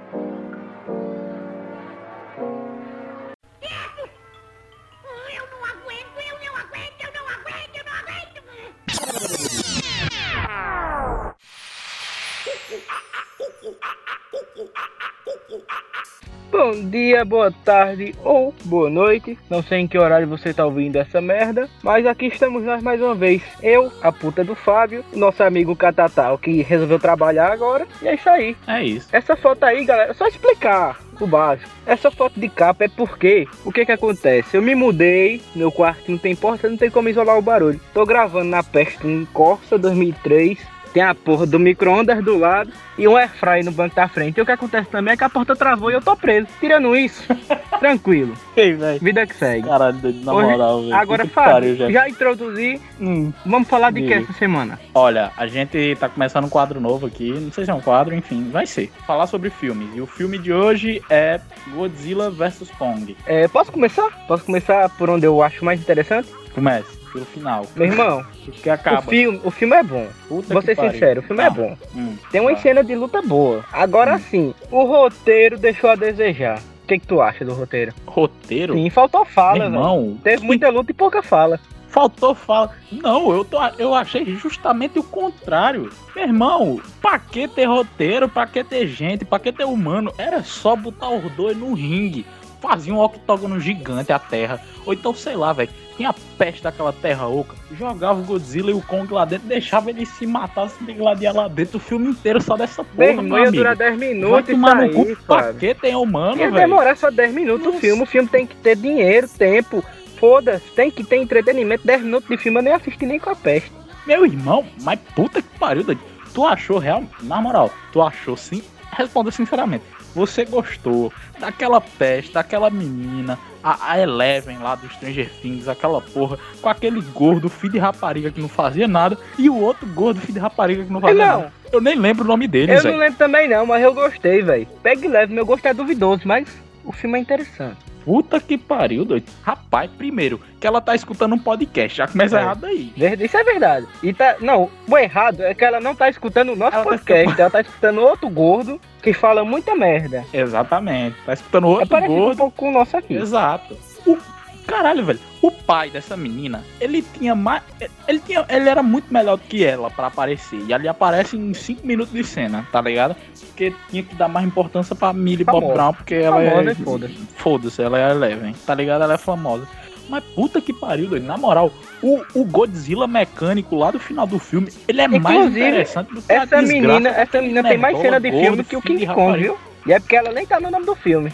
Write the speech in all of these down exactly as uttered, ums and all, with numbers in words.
Bom dia, boa tarde ou boa noite. Não sei em que horário você tá ouvindo essa merda, mas aqui estamos nós mais uma vez. Eu, a puta do Fábio, nosso amigo Catatal, que resolveu trabalhar agora. E é isso aí. É isso. Essa foto aí, galera, só explicar o básico. Essa foto de capa é porque, o que que acontece? Eu me mudei, meu quarto não tem porta, não tem como isolar o barulho. Tô gravando na Peste um Corsa dois mil e três. Tem a porra do micro-ondas do lado e um airfryer no banco da frente. E o que acontece também é que a porta travou e eu tô preso. Tirando isso, tranquilo. Ei, velho. Vida que segue. Caralho, na Hoje, moral, velho. agora, Fábio, já. já introduzi. Hum. Vamos falar de Diga. que essa semana? Olha, a gente tá começando um quadro novo aqui. Não sei se é um quadro, enfim, vai ser. Falar sobre filmes. E o filme de hoje é Godzilla versus. Kong. É, posso começar? Posso começar por onde eu acho mais interessante? Comece. Pelo final. Meu irmão, que acaba. O filme, o filme é bom. Puta Vou ser pariu. sincero, o filme Não. é bom. Hum, Tem uma tá. cena de luta boa. Agora Hum. sim, o roteiro deixou a desejar. O que, que tu acha do roteiro? Roteiro? Sim, faltou fala, Meu velho. irmão, Teve muita luta e pouca fala. faltou fala. Não, eu, tô, eu achei justamente o contrário. Meu irmão, pra que ter roteiro? Pra que ter gente? Pra que ter humano? Era só botar os dois no ringue. Fazia um octógono gigante a terra. Ou então, sei lá, velho. Tinha a peste daquela terra oca. Jogava o Godzilla e o Kong lá dentro. Deixava ele se matar, se degladiar lá dentro. O filme inteiro só dessa porra, Meu meu irmão, ia amigo. durar dez Vai minutos tomar no isso cu. aí, Pra Fábio. que tem humano, Ia velho? demorar só dez minutos o Nossa. filme. O filme tem que ter dinheiro, tempo. Foda-se, tem que ter entretenimento. dez minutos de filme eu nem assisti nem com a peste. Meu irmão, mas puta que pariu, doido. Tu achou real? Na moral, tu achou sim? Responda sinceramente. Você gostou daquela peste, daquela menina, a, a Eleven lá do Stranger Things, aquela porra, com aquele gordo filho de rapariga que não fazia nada, e o outro gordo filho de rapariga que não fazia Não. nada. Eu nem lembro o nome deles, Eu não velho. lembro também não, mas eu gostei, velho. Pega leve, meu gosto é duvidoso, mas o filme é interessante. Puta que pariu, doido. Rapaz, primeiro, que ela tá escutando um podcast, já começa É. errado aí. Verdade, isso é verdade. E tá, não, o errado é que ela não tá escutando o nosso Ela tá podcast, ela tá escutando outro gordo que fala muita merda. Exatamente. Tá escutando É outro parecido um gordo. pouco com o nosso aqui. Exato. O caralho, velho. O pai dessa menina, ele tinha mais, ele tinha, ele era muito melhor do que ela pra aparecer. E ali aparece em cinco minutos de cena, tá ligado? Porque tinha que dar mais importância pra Millie Bob Famosa. Brown, porque ela Famosa é e foda-se. foda-se, ela é Eleven, tá ligado? Ela é famosa. Mas puta que pariu, doido. Na moral, o, o Godzilla mecânico lá do final do filme, ele é mais Inclusive, interessante do que a Essa desgraça menina, essa daquele menina tem mais nerdola cena de gordo, filme que o filho de King Kong, rapariga. viu? E é porque ela nem tá no nome do filme.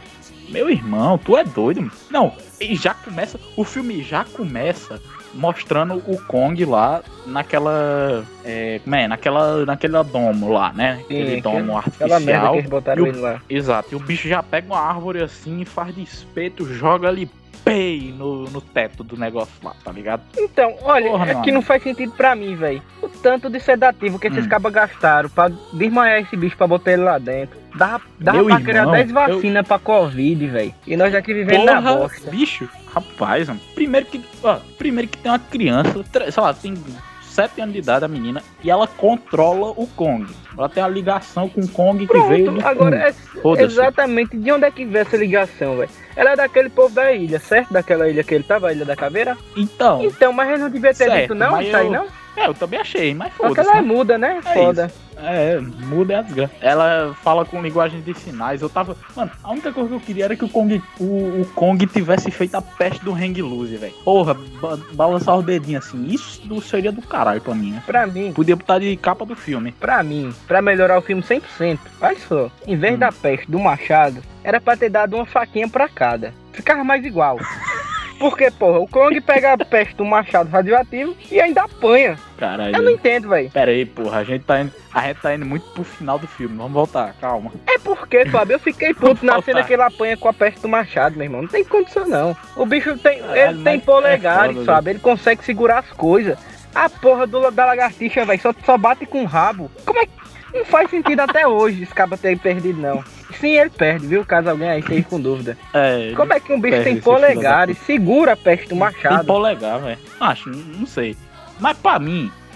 Meu irmão, tu é doido, mano. Não, e já começa, o filme já começa mostrando o Kong lá naquela, é, como é, naquela, naquele domo lá, né? Aquele Sim, domo Aquela merda artificial. que eles botaram E o- ele lá. Exato, e o bicho já pega uma árvore assim, faz de espeto, joga ali, pei, no, no teto do negócio lá, tá ligado? Então, olha, Porra, é meu que não amigo. faz sentido pra mim, velho. O tanto de sedativo que esses Hum. cabas gastaram pra desmaiar esse bicho pra botar ele lá dentro. Dava, dava Meu pra criar irmão, dez vacinas pra Covid, velho. E nós aqui vivendo na Porra, bosta. bicho, rapaz, mano. Primeiro que, ó, primeiro que tem uma criança, tre- sei lá, tem sete anos de idade a menina, e ela controla o Kong. Ela tem uma ligação com o Kong que veio Pronto, do agora cu. é Foda-se. exatamente de onde é que veio essa ligação, velho. Ela é daquele povo da ilha, certo? Daquela ilha que ele tava, a Ilha da Caveira? Então, Então, mas ele não devia ter Certo, dito não, mas isso aí eu- não? é, eu também achei, mas Só que foda-se. ela é né? muda, né? É Foda. É, muda é a desgraça. Ela fala com linguagem de sinais. Eu tava. Mano, a única coisa que eu queria era que o Kong, o, o Kong tivesse feito a peste do Hang Loose, velho. Porra, ba balançar os dedinhos assim. Isso do- seria do caralho pra mim, né? Pra mim, Podia botar de capa do filme. pra mim, pra melhorar o filme cem por cento, olha só, em vez Hum. da peste do machado, era pra ter dado uma faquinha pra cada. Ficava mais igual. Porque, porra, o Kong pega a peste do machado radioativo e ainda apanha. Caralho. Eu não entendo, velho. Pera aí, porra. A gente, tá indo, a gente tá indo muito pro final do filme. Vamos voltar, calma. É porque, Fábio, eu fiquei puto na Vamos cena voltar. que ele apanha com a peste do machado, meu irmão. Não tem condição, não. O bicho tem, Caralho, ele tem mas polegares, é foda, sabe? Ele consegue segurar as coisas. A porra do, da lagartixa, velho, só, só bate com o rabo. Como é que... Não faz sentido até hoje esse cara ter perdido, não. Sim, ele perde, viu? Caso alguém aí esteja com dúvida. É. Como é que um bicho perde tem esse filho da polegares, segura a peste do Tem machado? polegar, velho. Acho, não sei. Mas pra mim,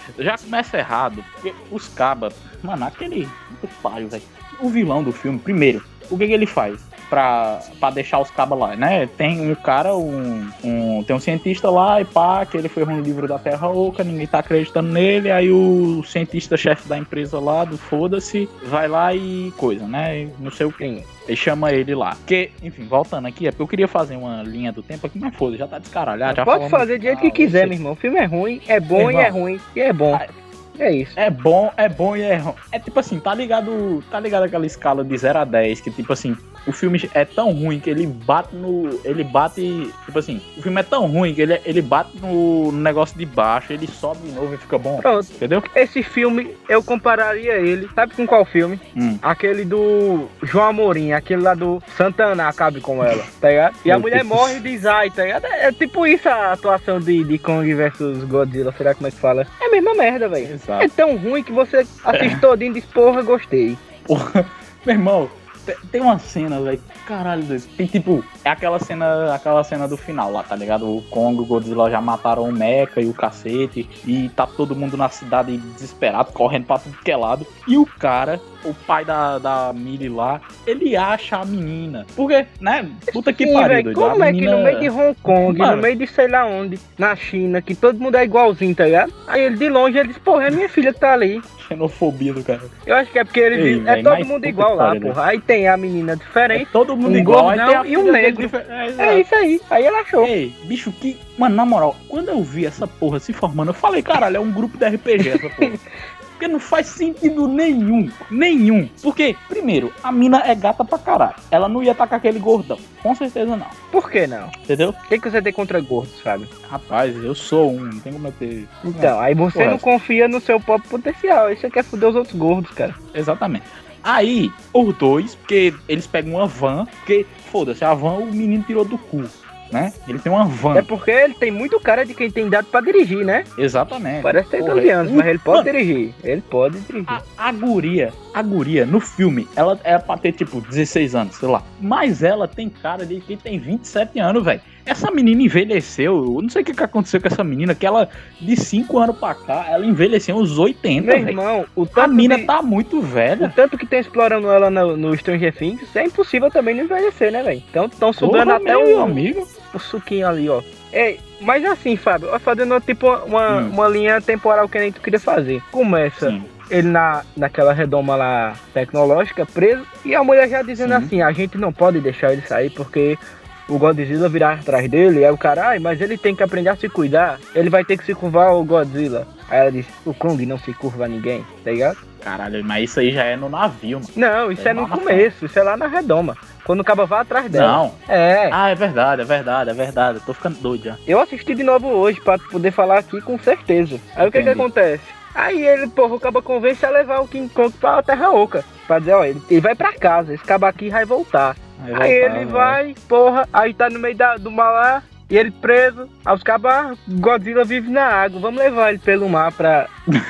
já começa errado, porque os cabas, mano, aquele pariu, velho. O vilão do filme, primeiro, o que que ele faz pra, pra deixar os cabas lá, né? Tem um cara, um, um, tem um cientista lá e pá, que ele foi um livro da Terra Oca, ninguém tá acreditando nele, aí o cientista-chefe da empresa lá, do foda-se, vai lá e coisa, né? Não sei o que. Ele chama ele lá. Porque, enfim, voltando aqui, é porque eu queria fazer uma linha do tempo aqui, mas foda, já tá descaralhado. Já pode fazer do jeito que quiser, meu irmão. O filme é ruim, é bom meu e irmão, é ruim, e é bom. Ah, é isso. É bom, é bom e é ruim. É tipo assim, tá ligado, tá ligado aquela escala de zero a dez, que tipo assim, o filme é tão ruim que ele bate no... Ele bate... Tipo assim, o filme é tão ruim que ele, ele bate no negócio de baixo, ele sobe de novo e fica bom. Pronto. Entendeu? Esse filme, eu compararia ele... Sabe com qual filme? Hum. Aquele do João Amorim, aquele lá do Santana, Acabe Com Ela, tá ligado? E a Meu mulher Deus. morre e diz, ai, tá ligado? É, é tipo isso a atuação de, de Kong versus Godzilla, será como é que fala? É a mesma merda, velho. É tão ruim que você assiste é. todinho e diz, porra, gostei. Porra, meu irmão... Tem uma cena, velho, caralho, tem tipo, é aquela cena, aquela cena do final lá, tá ligado? O Kong e o Godzilla já mataram o Mecha e o cacete, e tá todo mundo na cidade desesperado, correndo pra tudo que é lado, e o cara, o pai da, da Millie lá, ele acha a menina, porque, né, puta que Sim, pariu, véio, como é menina... que no meio de Hong Kong, Mano. no meio de sei lá onde, na China, que todo mundo é igualzinho, tá ligado? Aí ele de longe, ele diz, porra, é minha filha que tá ali. Xenofobia do cara. Eu acho que é porque ele Ei, diz, véio, é todo mundo igual lá, cara, porra. Aí tem a menina diferente, é todo mundo um igual, gordão e um negro. Difer... É, é isso aí. Aí ela achou. Ei, bicho, que... Mano, na moral, quando eu vi essa porra se formando, eu falei, caralho, é um grupo de R P G essa porra. Porque não faz sentido nenhum, nenhum. Porque, primeiro, a mina é gata pra caralho. Ela não ia estar com aquele gordão. Com certeza não. Por que não? Entendeu? O que, que você tem contra gordos, Fábio? Rapaz, eu sou um, não tem como eu ter... Então, não. aí você Porra. não confia no seu próprio potencial. Aí você quer foder os outros gordos, cara. Exatamente. Aí, os dois, porque eles pegam uma van, porque, foda-se, a van o menino tirou do cu. Né? Ele tem uma van. É porque ele tem muito cara de quem tem idade pra dirigir, né? Exatamente. Parece ter doze anos, mas ele pode Mano, dirigir. Ele pode dirigir. A, a guria, a guria, no filme, ela é pra ter tipo dezesseis anos, sei lá. Mas ela tem cara de quem tem vinte e sete anos, velho. Essa menina envelheceu, eu não sei o que, que aconteceu com essa menina, que ela, de cinco anos pra cá, ela envelheceu uns oitenta, velho. Meu irmão, o tanto a mina de... tá muito velha. O tanto que tem explorando ela no, no Stranger Things, é impossível também não envelhecer, né, velho? Então estão sugando até o... amigo. O suquinho ali, ó. Ei, mas assim, Fábio, fazendo tipo uma, hum. uma linha temporal que nem tu queria fazer. Começa... Sim. Ele na, naquela redoma lá tecnológica, preso, e a mulher já dizendo Sim. assim, a gente não pode deixar ele sair porque o Godzilla virar atrás dele, aí o cara, ai, mas ele tem que aprender a se cuidar, ele vai ter que se curvar ao Godzilla. Aí ela diz, o Kong não se curva a ninguém, tá ligado? Caralho, mas isso aí já é no navio, mano. Não, isso é, é no começo, frente. Isso é lá na redoma. Quando o cabo vai atrás dela. Não. É. Ah, é verdade, é verdade, é verdade. Eu tô ficando doido já. Eu assisti de novo hoje pra poder falar aqui com certeza. Aí Entendi. O que que acontece? Aí ele, porra, o cabo convence a levar o King Kong pra Terra Oca. Pra dizer, ó, ele, ele vai pra casa, esse cabo aqui vai voltar. Vai voltar, aí ele vai, vai, porra, aí tá no meio da, do mar lá, e ele preso. Aí os cabos, ah, Godzilla vive na água, vamos levar ele pelo mar pra...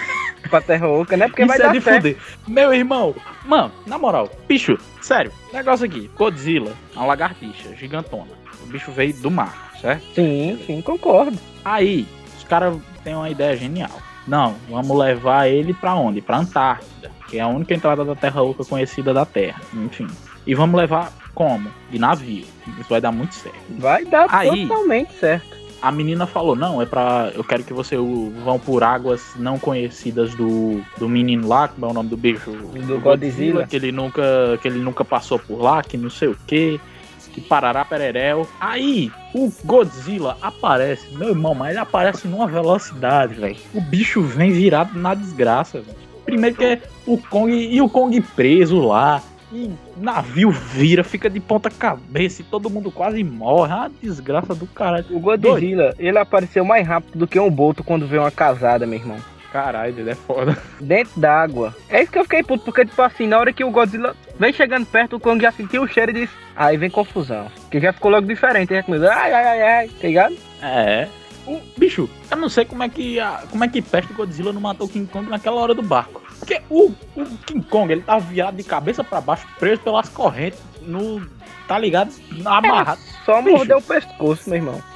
pra Terra Oca, né? Porque Isso vai é dar de certo. Fuder. Meu irmão, mano, na moral, bicho, sério, negócio aqui, Godzilla, uma lagartixa gigantona. O bicho veio do mar, certo? Sim, sim, concordo. Aí, os caras têm uma ideia genial. Não, vamos levar ele pra onde? Pra Antártida, que é a única entrada da Terra Oca conhecida da Terra, enfim. E vamos levar como? De navio. Isso vai dar muito certo. Vai dar Aí, totalmente certo. A menina falou, não, é pra... Eu quero que você vão por águas não conhecidas do, do menino lá, como é o nome do bicho? Do Godzilla. Godzilla. Que ele nunca, que ele nunca passou por lá, que não sei o quê. Que parará pereréu. Aí, o Godzilla aparece, meu irmão, mas ele aparece numa velocidade, velho. O bicho vem virado na desgraça, velho. Primeiro que é o Kong, e o Kong preso lá. E navio vira, fica de ponta cabeça e todo mundo quase morre. Ah, desgraça do caralho. O Godzilla, Doido. ele apareceu mais rápido do que um boto quando vê uma casada, meu irmão. Caralho, ele é foda. Dentro d'água. É isso que eu fiquei puto, porque tipo assim, na hora que o Godzilla vem chegando perto, o Kong já sentiu o cheiro e disse, aí vem confusão. Que já ficou logo diferente, já começou, ai, ai, ai, ai, tá ligado? É. O bicho, eu não sei como é que a, como é que peste Godzilla não matou o King Kong naquela hora do barco. Porque o, o King Kong, ele tava virado de cabeça pra baixo, preso pelas correntes, no, tá ligado? Amarrado. É, só mordeu o pescoço, meu irmão.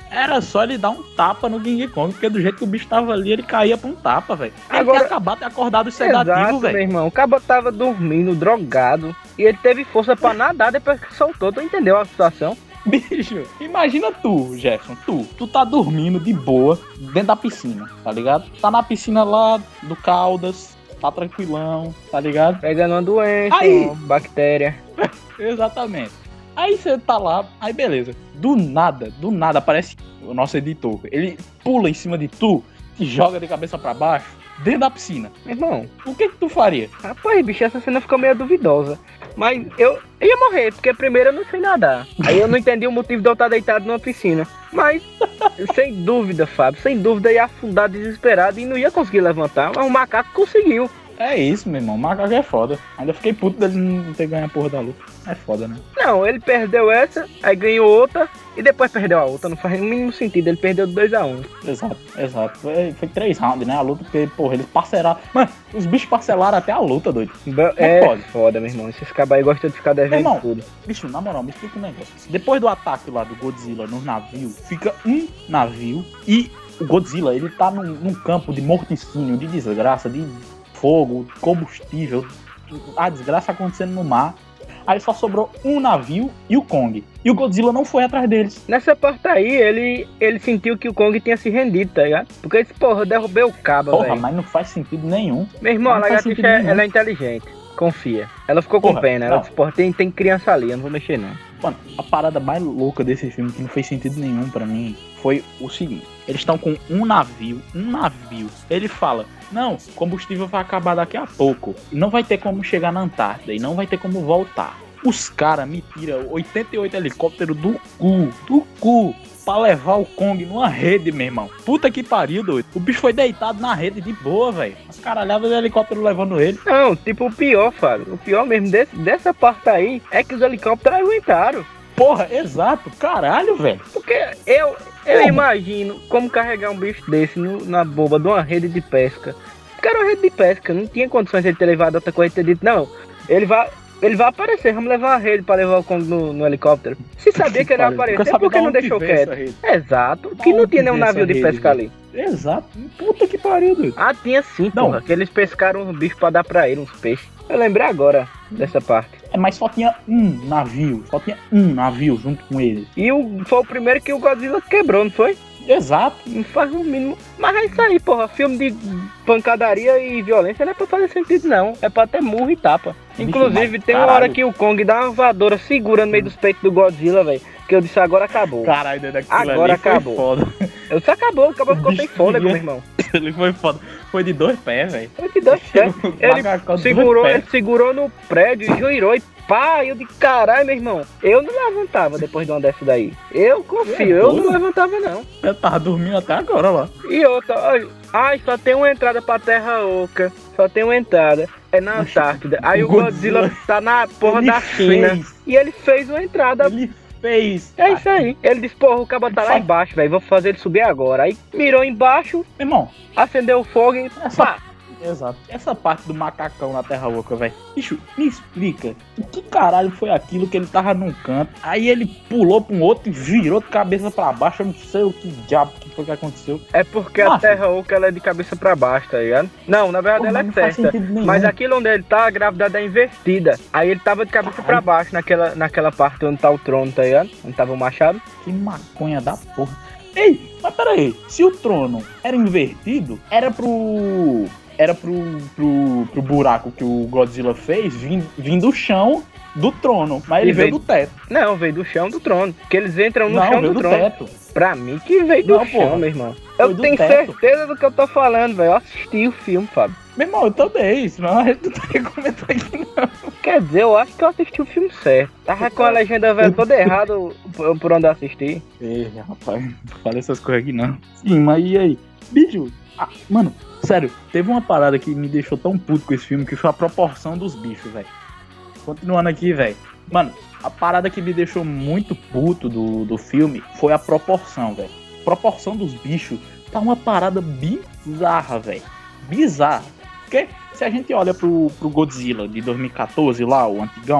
Era só ele dar um tapa no King Kong, porque do jeito que o bicho tava ali, ele caía pra um tapa, velho. Ele Agora- tinha acabado de acordar do sedativo, Exato, meu velho. irmão. O cabo tava dormindo, drogado. E ele teve força pra nadar depois que soltou. Tu entendeu a situação? Bicho, imagina tu, Jefferson, tu. Tu tá dormindo de boa dentro da piscina, tá ligado? Tá na piscina lá do Caldas, tá tranquilão, tá ligado? Pegando uma doença, Aí. uma bactéria. Exatamente. Aí você tá lá, aí beleza. Do nada, do nada aparece o nosso editor. Ele pula em cima de tu, te joga de cabeça pra baixo, dentro da piscina. Meu irmão, O que que tu faria? rapaz, bicho, essa cena ficou meio duvidosa. Mas eu, eu ia morrer, porque primeiro eu não sei nadar. Aí eu não entendi o motivo de eu estar deitado numa piscina. Mas, sem dúvida, Fábio, sem dúvida ia afundar desesperado e não ia conseguir levantar. Mas o macaco conseguiu. É isso, meu irmão. O macaco é foda. Ainda fiquei puto dele não ter ganho a porra da luta. É foda, né? Não, ele perdeu essa, aí ganhou outra e depois perdeu a outra. Não faz o mínimo sentido, ele perdeu dois a um. Exato, exato. Foi, foi três rounds, né? A luta, porque, porra, eles parcelaram. Mano, os bichos parcelaram até a luta, doido. É pode. foda, meu irmão. Esses cabos aí gostam de ficar devendo Irmão, tudo. Bicho, na moral, me explica um negócio. Depois do ataque lá do Godzilla nos navios, fica um navio e o Godzilla, ele tá num, num campo de morticínio, de desgraça, de fogo, combustível, a desgraça acontecendo no mar. Aí só sobrou um navio e o Kong. E o Godzilla não foi atrás deles. Nessa parte aí, ele, ele sentiu que o Kong tinha se rendido, tá ligado? Porque ele disse, porra, eu derrubei o cabo, Porra, velho. mas não faz sentido nenhum. Meu irmão, a não faz lagartixa, sentido nenhum. ela é inteligente. Confia. Ela ficou com Porra, pena. Ela não. disse, porra, tem, tem criança ali, eu não vou mexer não. Mano, a parada mais louca desse filme, que não fez sentido nenhum pra mim, foi o seguinte. Eles estão com um navio, um navio. Ele fala, não, combustível vai acabar daqui a pouco. E não vai ter como chegar na Antártida, e não vai ter como voltar. Os caras me tiram oitenta e oito helicópteros do cu, do cu, pra levar o Kong numa rede, meu irmão. Puta que pariu, doido. O bicho foi deitado na rede de boa, velho. As caralhadas do helicóptero levando ele. Não, tipo, o pior, Fábio. O pior mesmo desse, dessa parte aí é que os helicópteros aguentaram. Porra, exato, caralho, velho. Porque eu, eu Porra. imagino como carregar um bicho desse no- na boba de uma rede de pesca. Porque era uma rede de pesca, não tinha condições de ele ter levado outra coisa e ter dito, não, ele vai, ele vai aparecer, vamos levar uma rede pra levar o Kong no, no helicóptero. Se sabia que ele ia Nunca aparecer, sabe por que da não onde deixou veio essa quieto? rede. Exato, Da que não onde tinha nenhum veio navio essa de rede, pesca velho? ali. Exato. Puta que pariu, doido. Ah, tinha sim, Não. porra, que eles pescaram uns bichos pra dar pra ele, uns peixes. Eu lembrei agora dessa parte. É, mas só tinha um navio. Só tinha um navio junto com eles. E o, foi o primeiro que o Godzilla quebrou, não foi? Exato. Não faz o mínimo. Mas é isso aí, porra. Filme de pancadaria e violência não é pra fazer sentido, não. É pra ter murro e tapa. Bicho, Inclusive, mas tem uma caralho. hora que o Kong dá uma voadora segura no meio dos peitos do Godzilla, velho. Que eu disse, agora acabou. Caralho, doido, aquilo Agora ali foi acabou. foda. Eu disse, acabou, acabou, ficou bicho sem fôlego, queria- meu irmão. Ele foi foda. Foi de dois pés, velho. Eu te dou fé. O Ele macacão de segurou, dois ele pés. segurou no prédio e girou e pá, eu de caralho, meu irmão. Eu não levantava depois de uma dessa daí. Eu confio, É eu doido. não levantava, não. Eu tava dormindo até agora lá. E outra, olha, ai, só tem uma entrada pra Terra Oca. Só tem uma entrada. É na Mas Antártida. Aí o o Godzilla, Godzilla- tá na porra Ele da China. fez. E ele fez uma entrada. Ele fez. É isso aí. Ele disse, porra, o cabo tá lá Faz- embaixo, velho. Vou fazer ele subir agora. Aí mirou embaixo, Meu irmão, acendeu o fogo e Essa- pá. exato. Essa parte do macacão na Terra Oca, velho. Bicho, me explica. O que caralho foi aquilo que ele tava num canto? Aí ele pulou pra um outro e virou de cabeça pra baixo. Eu não sei o que diabo que foi que aconteceu. É porque a Macho. Terra Oca ela é de cabeça pra baixo, tá ligado? Não, na verdade Porra, ela não é faz certa. sentido nenhum. Mas aquilo onde ele tá, a gravidade é invertida. Aí ele tava de cabeça pra Caralho. baixo naquela, naquela parte onde tá o trono, tá ligado? Onde tava o machado. Que maconha da porra. Ei, mas peraí. Se o trono era invertido, era pro... Era pro, pro, pro buraco que o Godzilla fez vir, vir do chão do trono. Mas ele E veio veio- do teto. Não, veio do chão do trono. Que eles entram no Não, chão veio do do trono. teto. Pra mim que veio do Não, chão, porra. meu irmão. Foi Eu do tenho teto. certeza do que eu tô falando, velho. Eu assisti o filme, Fábio. Meu irmão, eu também. Senão a gente não tem como comentar aqui, não. Quer dizer, eu acho que eu assisti o filme certo. Tava com a legenda velha toda errada por por onde eu assisti. Ei, rapaz, não fala essas coisas aqui não. Sim, mas e aí? Bicho, ah, mano, sério, teve uma parada que me deixou tão puto com esse filme que foi a proporção dos bichos, velho. Continuando aqui, velho. Mano, a parada que me deixou muito puto do, do filme foi a proporção, velho. Proporção dos bichos tá uma parada bizarra, velho. Bizarra. Porque se a gente olha pro, pro Godzilla de dois mil e quatorze lá, o antigão,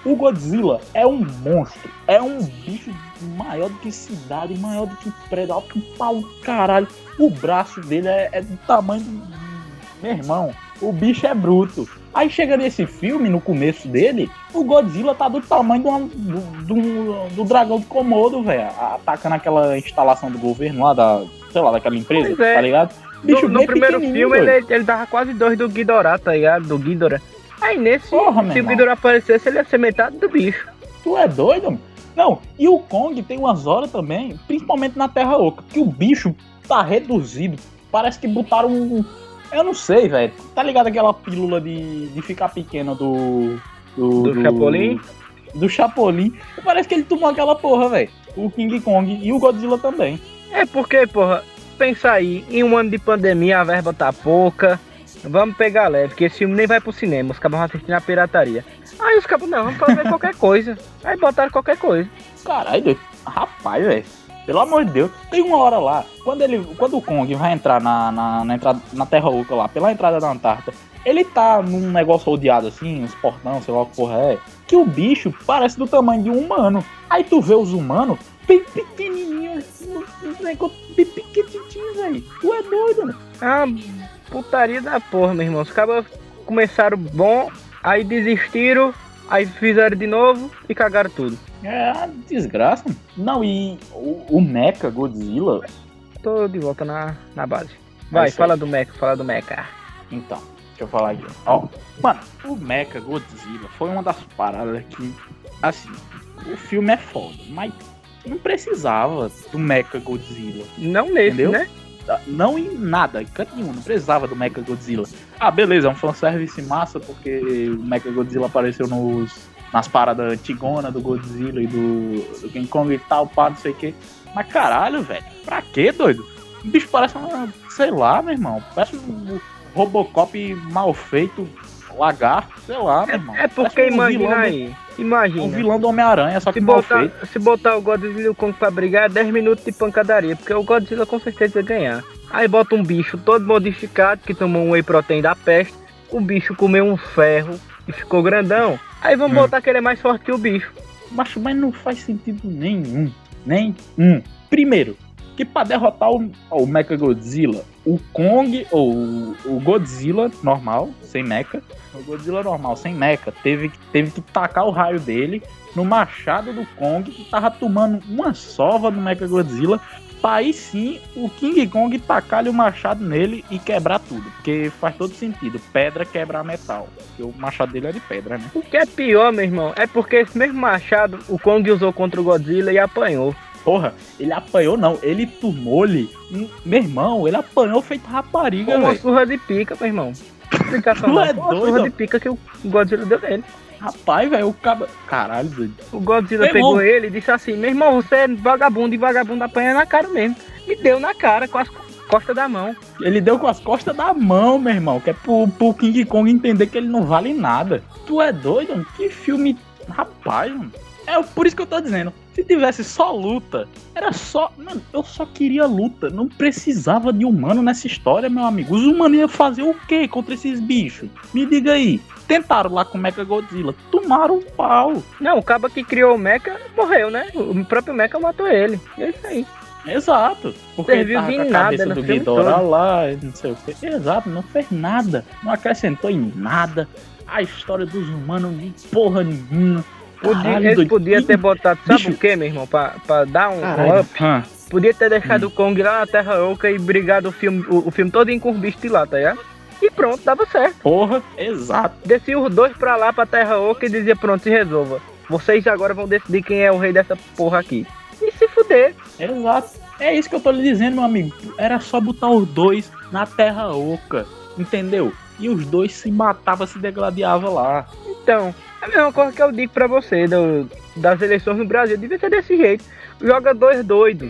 O Godzilla é um monstro, é um bicho maior do que cidade, maior do que prédio, alto que pau, caralho. O braço dele é, é do tamanho do... Meu irmão, o bicho é bruto. Aí chega nesse filme, no começo dele, o Godzilla tá do tamanho do, do, do, do dragão de Komodo, velho. Atacando aquela instalação do governo lá, da, sei lá, daquela empresa, é. Tá ligado? Bicho, no, no primeiro filme ele, ele dava quase dois do Ghidorah, tá ligado? Do Ghidorah. Aí nesse, Porra, se o Ghidorah aparecesse, ele ia ser metade do bicho. Tu é doido, mano? Não, e o Kong tem umas horas também, principalmente na Terra Oca, que o bicho tá reduzido. Parece que botaram um... Eu não sei, velho. Tá ligado aquela pílula de, de ficar pequeno do... Do, do, do Chapolin? Do Chapolin. Parece que ele tomou aquela porra, velho. O King Kong e o Godzilla também. É porque, porra, pensa aí, em um ano de pandemia a verba tá pouca. Vamos pegar leve, porque esse filme nem vai pro cinema. Os cabos vão assistir na pirataria. Aí os cabos, não, vamos fazer qualquer coisa. Aí botaram qualquer coisa. Caralho, rapaz, velho. Pelo amor de Deus, tem uma hora lá, quando, ele, quando o Kong vai entrar na, na, na, entrada, na Terra Oca lá, pela entrada da Antártida, ele tá num negócio rodeado assim, uns portão, sei lá o que porra é, que o bicho parece do tamanho de um humano. Aí tu vê os humanos bem pequenininhos, um negócio bem pequenininho, velho. Tu é doido, né? Ah, putaria da porra, meu irmão. Os cabos começaram bom, aí desistiram, aí fizeram de novo e cagaram tudo. É uma desgraça. Não, e o, o Mecha Godzilla... Tô de volta na, na base. Vai, é fala do Mecha, fala do Mecha. Então, deixa eu falar aqui. Ó, mano, o Mecha Godzilla foi uma das paradas que... Assim, o filme é foda, mas não precisava do Mecha Godzilla. Não nesse, entendeu? Né? Não em nada, em canto nenhum, não precisava do Mecha Godzilla. Ah, beleza, é um fanservice massa, porque o Mecha Godzilla apareceu nos... nas paradas antigonas do Godzilla e do, do King Kong e tal, pá, não sei o que. Mas caralho, velho, pra quê, doido? O bicho parece uma, sei lá, meu irmão, parece um Robocop mal feito, lagarto, sei lá, meu irmão. É, é porque um imagina aí, do, imagina. Um vilão do Homem-Aranha, só que se mal botar, feito. Se botar o Godzilla e o Kong pra brigar, é dez minutos de pancadaria, porque o Godzilla com certeza ia ganhar. Aí bota um bicho todo modificado, que tomou um whey protein da peste, o bicho comeu um ferro e ficou grandão. Aí vamos hum. botar que ele é mais forte que o bicho. Mas, mas não faz sentido nenhum. Nenhum. Primeiro, que pra derrotar o, o Mechagodzilla, o Kong, ou o, o Godzilla normal, sem mecha, o Godzilla normal, sem mecha, teve, teve que tacar o raio dele no machado do Kong, que tava tomando uma sova do Mechagodzilla, pra aí sim o King Kong tacar-lhe o machado nele e quebrar tudo. Porque faz todo sentido. Pedra quebrar metal. Porque o machado dele é de pedra, né? O que é pior, meu irmão, é porque esse mesmo machado o Kong usou contra o Godzilla e apanhou. Porra, ele apanhou não, ele tomou-lhe. Um... Meu irmão, ele apanhou feito rapariga, velho. Uma surra de pica, meu irmão. Explicação é uma surra de pica que o Godzilla deu nele. Rapaz, velho, o caba... Caralho, doido. O Godzilla meu pegou irmão. Ele e disse assim, meu irmão, você é vagabundo e vagabundo apanha na cara mesmo. Me deu na cara, com as costas da mão. Ele deu com as costas da mão, meu irmão, que é pro, pro King Kong entender que ele não vale nada. Tu é doido, mano? Que filme... Rapaz, mano. É por isso que eu tô dizendo. Se tivesse só luta, era só... Mano, eu só queria luta. Não precisava de humano nessa história, meu amigo. Os humanos iam fazer o quê contra esses bichos? Me diga aí. Tentaram lá com o Mechagodzilla. Tomaram um pau. Não, o cabo que criou o Mecha morreu, né? O próprio Mecha matou ele. E é isso aí. Exato. Porque serviu de a nada cabeça no do filme Ghidorah todo. lá, não sei o quê. Exato, não fez nada. Não acrescentou em nada. A história dos humanos de porra nenhuma. Podia, eles podiam ter botado, sabe bicho. O que, meu irmão? Pra, pra dar um Caralho. up. Hum. Podia ter deixado hum. o Kong lá na Terra Oca e brigado o filme, o, o filme todo com os bichos de lá, tá ligado? E pronto, dava certo. Porra, exato. Descia os dois pra lá, pra Terra Oca e dizia, pronto, se resolva. Vocês agora vão decidir quem é o rei dessa porra aqui. E se fuder. Exato. É isso que eu tô lhe dizendo, meu amigo. Era só botar os dois na Terra Oca. Entendeu? E os dois se matavam, se degladiavam lá. Então, é a mesma coisa que eu digo pra você do, das eleições no Brasil. Devia ser desse jeito. Joga dois doidos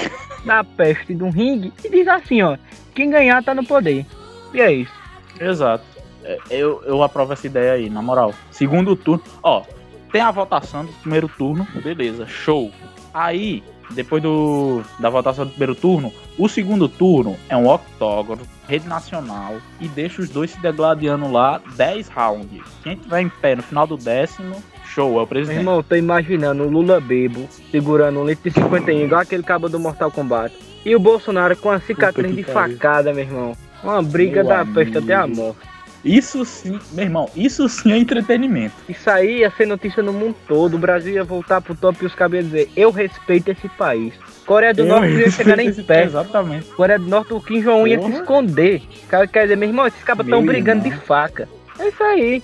na peste de um ringue e diz assim, ó. Quem ganhar tá no poder. E é isso. Exato. Eu, eu aprovo essa ideia aí, na moral. Segundo turno. Ó, tem a votação do primeiro turno. Beleza, show. Aí, depois do, da votação do primeiro turno, o segundo turno é um octógono, rede nacional, e deixa os dois se degladiando lá dez rounds. Quem tiver em pé no final do décimo, show, é o Meu presidente. irmão, eu tô imaginando o Lula bebo, segurando um litro de cinquenta e um, igual aquele cabo do Mortal Kombat. E o Bolsonaro com a cicatriz de pariu. facada, meu irmão. Uma briga Meu da amigo. peste até a morte. Isso sim, meu irmão, isso sim é entretenimento. Isso aí ia ser notícia no mundo todo. O Brasil ia voltar pro top e os cabos iam dizer: eu respeito esse país. Coreia do Norte não ia chegar nem perto. Exatamente. Coreia do Norte, o Kim Jong-un ia se Porra. esconder. O cara quer dizer: meu irmão, esses cabos Meu estão brigando irmão. de faca. É isso aí.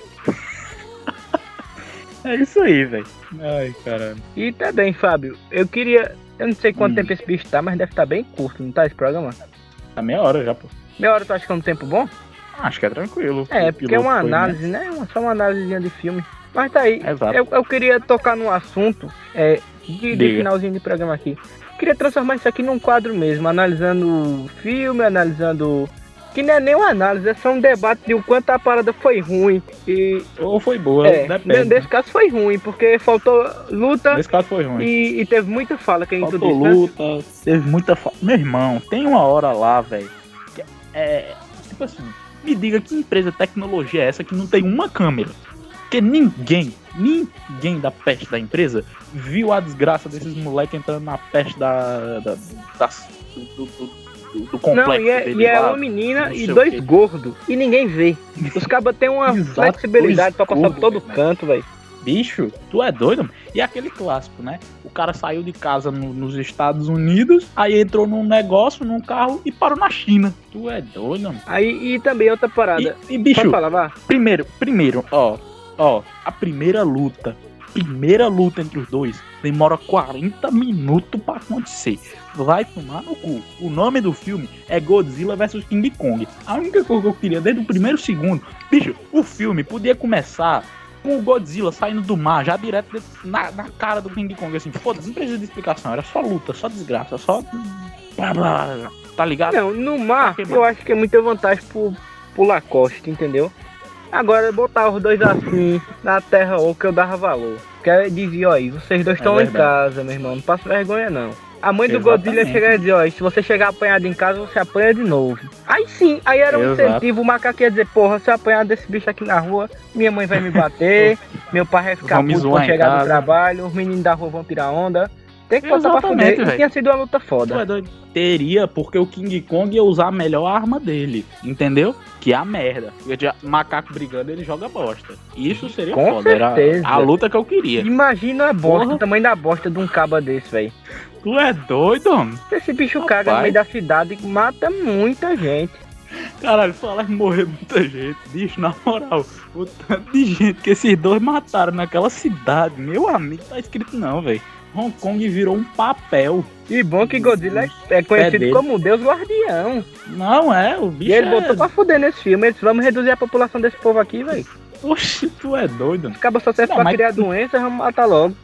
É isso aí, velho. Ai, caralho. E também, Fábio, eu queria. Eu não sei quanto Hum. tempo esse bicho tá, mas deve estar bem curto, não tá esse programa? Tá meia hora já, pô. Meia hora tu acha que é um tempo bom? Acho que é tranquilo. É, O porque é uma piloto foi, análise, né? Uma- Só uma análisezinha de filme. Mas tá aí. Exato. Eu, eu queria tocar num assunto é, de, de Diga. finalzinho de programa aqui. Queria transformar isso aqui num quadro mesmo, analisando o filme, analisando. Que não é nem uma análise, é só um debate de o quanto a parada foi ruim. E. Ou foi boa, É, depende. nesse caso foi ruim, porque faltou luta Nesse caso foi ruim. e, e teve muita fala, que a gente Faltou disse, né? luta, teve muita fa... Meu irmão, tem uma hora lá, velho. que É. Tipo assim, me diga que empresa de tecnologia é essa que não tem uma câmera? Porque ninguém, ninguém da peste da empresa viu a desgraça desses moleques entrando na peste da. da das, do, do, do, do complexo. Não, e é, dele e é lá, uma menina não e sei o dois quê. gordos. E ninguém vê. Os cabas têm uma Exato, flexibilidade pra dois passar por todo gordos, canto, velho. Bicho, tu é doido, mano? E aquele clássico, né? O cara saiu de casa no- nos Estados Unidos, aí entrou num negócio, num carro e parou na China. Tu é doido, mano? Aí, e também outra parada. E, e bicho, Pode falar, vá? primeiro, primeiro, ó, ó, a primeira luta, primeira luta entre os dois, demora quarenta minutos pra acontecer. Vai tomar no cu. O nome do filme é Godzilla versus King Kong. A única coisa que eu queria desde o primeiro segundo, bicho, o filme podia começar com o Godzilla saindo do mar, já direto dentro- na, na cara do King Kong, assim, foda-se, não precisa de explicação, era só luta, só desgraça, só... Blá, blá, blá, tá ligado? Não, no mar, Pra que eu mais? acho que é muita vantagem pro, pro Lacoste, entendeu? Agora, botar os dois assim, na terra oca, eu dava valor. Porque eu dizia, ó, aí, vocês dois É estão em verdade. casa, meu irmão, não passa vergonha, não. A mãe do Exatamente. Godzilla chega e dizer, ó, se você chegar apanhado em casa, você apanha de novo. Aí sim, aí era um Exato. incentivo, o macaco ia dizer, porra, se eu apanhar desse bicho aqui na rua, minha mãe vai me bater, meu pai vai ficar Vão me puto zoar quando em chegar do casa. trabalho, os meninos da rua vão tirar onda. Tem que botar pra Exatamente, fuder, e velho. tinha sido uma luta Tu foda. é doido? Teria, porque o King Kong ia usar a melhor arma dele, entendeu? Que é a merda. Porque de macaco brigando, ele joga bosta. Isso seria Com foda, era certeza. a luta que eu queria. Imagina a bosta, Porra. o tamanho da bosta de um caba desse, velho. Tu é doido, homem? Esse bicho Rapaz. caga no meio da cidade e mata muita gente. Caralho, falar em morrer muita gente. Bicho, na moral, o tanto de gente que esses dois mataram naquela cidade, meu amigo, tá escrito não, velho. Hong Kong virou um papel. E bom que Godzilla é, é É conhecido dele. como o Deus Guardião. Não é, o bicho E ele é... botou pra fuder nesse filme. Eles vamos reduzir a população desse povo aqui, velho. Oxi, tu é doido. Acaba só serve Não, pra mas- criar doença, vamos matar logo.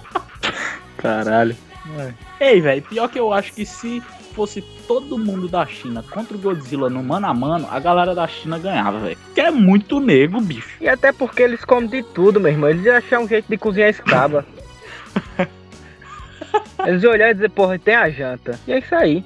Caralho. Ei, velho, pior que eu acho que se fosse todo mundo da China contra o Godzilla no mano a mano, a galera da China ganhava, velho. Que é muito nego, bicho. E até porque eles comem de tudo, meu irmão. Eles iam achar um jeito de cozinhar esse caba. Eles iam olhar e dizer, porra, tem a janta. E é isso aí.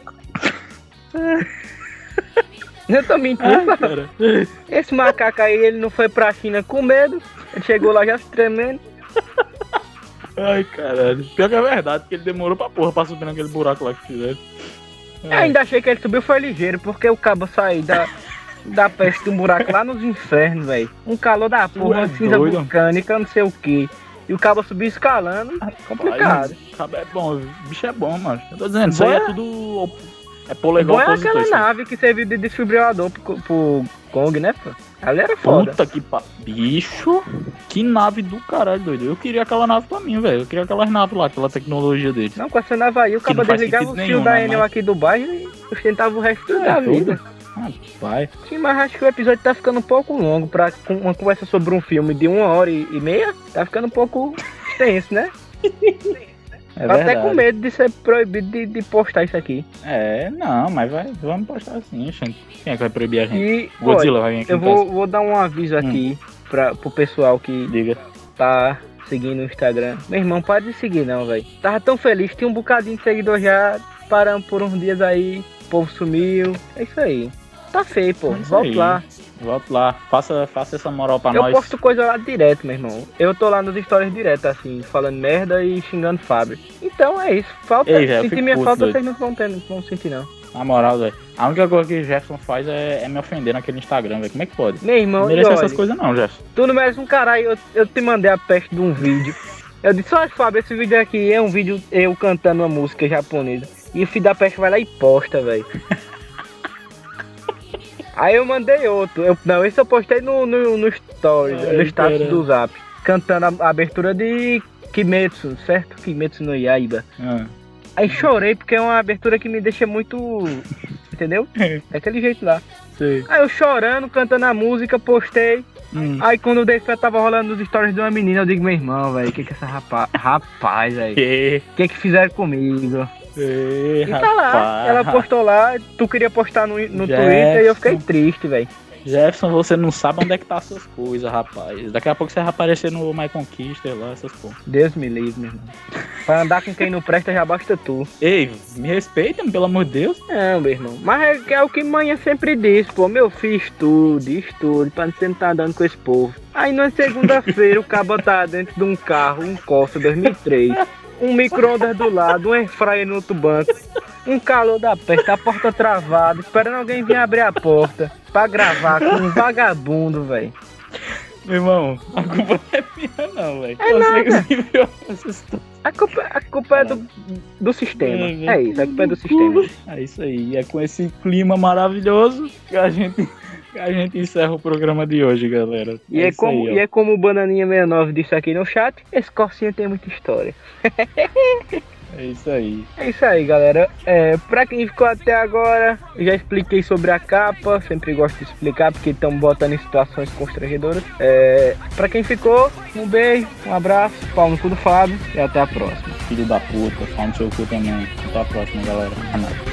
Eu tô mentindo, Ai, pô. cara. Esse macaco aí, ele não foi pra China com medo. Ele chegou lá já se tremendo. Ai, caralho. Pior que é verdade, porque ele demorou pra porra pra subir naquele buraco lá que fizeram. Eu ainda achei que ele subiu foi ligeiro, porque o cabo saiu da, da peste do buraco lá nos infernos, velho. Um calor da porra, é uma cinza doido. vulcânica, não sei o que. E o cabo subiu escalando, complicado. O cabo é bom, o bicho é bom, mano. Eu tô dizendo, isso aí Bom é é- tudo. É O polegar bom é opositor. aquela isso aí. nave que serviu de desfibrilador pro, pro Kong, né, pô? Ali era foda. Puta que pa... Bicho, que nave do caralho, doido. Eu queria aquela nave pra mim, velho. Eu queria aquelas naves lá, aquela tecnologia deles. Não, com essa nave aí, o Que cabo não faz desligava o sentido fio nenhum, da né, Enel mas- aqui do bairro e sustentava o resto É, da tudo. vida. Vai. Sim, mas acho que o episódio tá ficando um pouco longo pra com- uma conversa sobre um filme de uma hora e, e meia. Tá ficando um pouco extenso, né? É Tô até verdade. com medo de ser proibido de, de postar isso aqui. É, não, mas vai, vamos postar assim, gente. Quem é que vai proibir a gente? E, Godzilla vai vir aqui olha, eu em vou, casa. Hum. vou dar um aviso aqui pra, pro pessoal que Diga. tá seguindo o Instagram. Meu irmão, para de seguir não, velho. Tava tão feliz, tinha um bocadinho de seguidor já. Paramos por uns dias aí, o povo sumiu. É isso aí. Tá feio, pô. É isso Volta aí. lá. Volta lá, faça, faça essa moral pra Eu nós. posto coisa lá direto, meu irmão. Eu tô lá nos stories direto, assim, falando merda e xingando Fábio. Então é isso. Falta, Ei, velho, eu sentir fico minha puto, falta, doido. vocês não vão ter, não vão sentir, não. Na moral, velho. A única coisa que o Jefferson faz é, é me ofender naquele Instagram, velho. Como é que pode? Meu irmão, Não e merece olha, essas coisas não, Jefferson. tu não merece um caralho. Eu, eu te mandei a peste de um vídeo. Eu disse, olha, Fábio, esse vídeo aqui é um vídeo eu cantando uma música japonesa. E o filho da peste vai lá e posta, velho. Aí eu mandei outro. Eu, não, esse eu postei no, no, no stories, Ai, no status caramba. do Zap. Cantando a, a abertura de Kimetsu, certo? Kimetsu no Yaiba. Ah. Aí chorei porque é uma abertura que me deixa muito... Entendeu? É aquele jeito lá. Sei. Aí eu chorando, cantando a música, postei. Hum. Aí quando o Dei tava rolando nos stories de uma menina, eu digo, meu irmão, velho, o que que essa rapaz... Rapaz, velho. E, O que que fizeram comigo? e, E tá lá, rapaz. ela postou lá, tu queria postar no, no Jefferson. Twitter e eu fiquei triste, velho. Jefferson, você não sabe onde é que tá as suas coisas, rapaz. Daqui a pouco você vai aparecer no My Conquista lá, essas porra. Deus me livre, meu irmão. Pra andar com quem não presta já basta tu. Ei, me respeitem, pelo amor de Deus. Não, meu irmão. Mas é, é o que manhã sempre diz, pô. Meu filho, estude, estude, pra você não tá andando com esse povo. Aí na segunda-feira o cabo tá dentro de um carro, um Corsa dois mil e três. Um micro-ondas do lado, um airfryer no outro banco. Um calor da peste, a porta travada, esperando alguém vir abrir a porta pra gravar com um vagabundo, velho. Meu irmão, a culpa não é minha não, velho. É Você nada. que enviou essa história. A culpa, a culpa é do, do sistema. É isso, a culpa é do sistema. É isso aí, é com esse clima maravilhoso que a gente, que a gente encerra o programa de hoje, galera. E é, isso como, aí, e é como o Bananinha sessenta e nove disse aqui no chat, esse Corsinha tem muita história. É isso aí. É isso aí, galera. É, pra quem ficou até agora, eu já expliquei sobre a capa. Sempre gosto de explicar porque estamos botando em situações constrangedoras. É, pra quem ficou, um beijo, um abraço, pau no cu do Fábio e até a próxima. Filho da puta, fala no seu cu também. Até a próxima, galera. É nóis.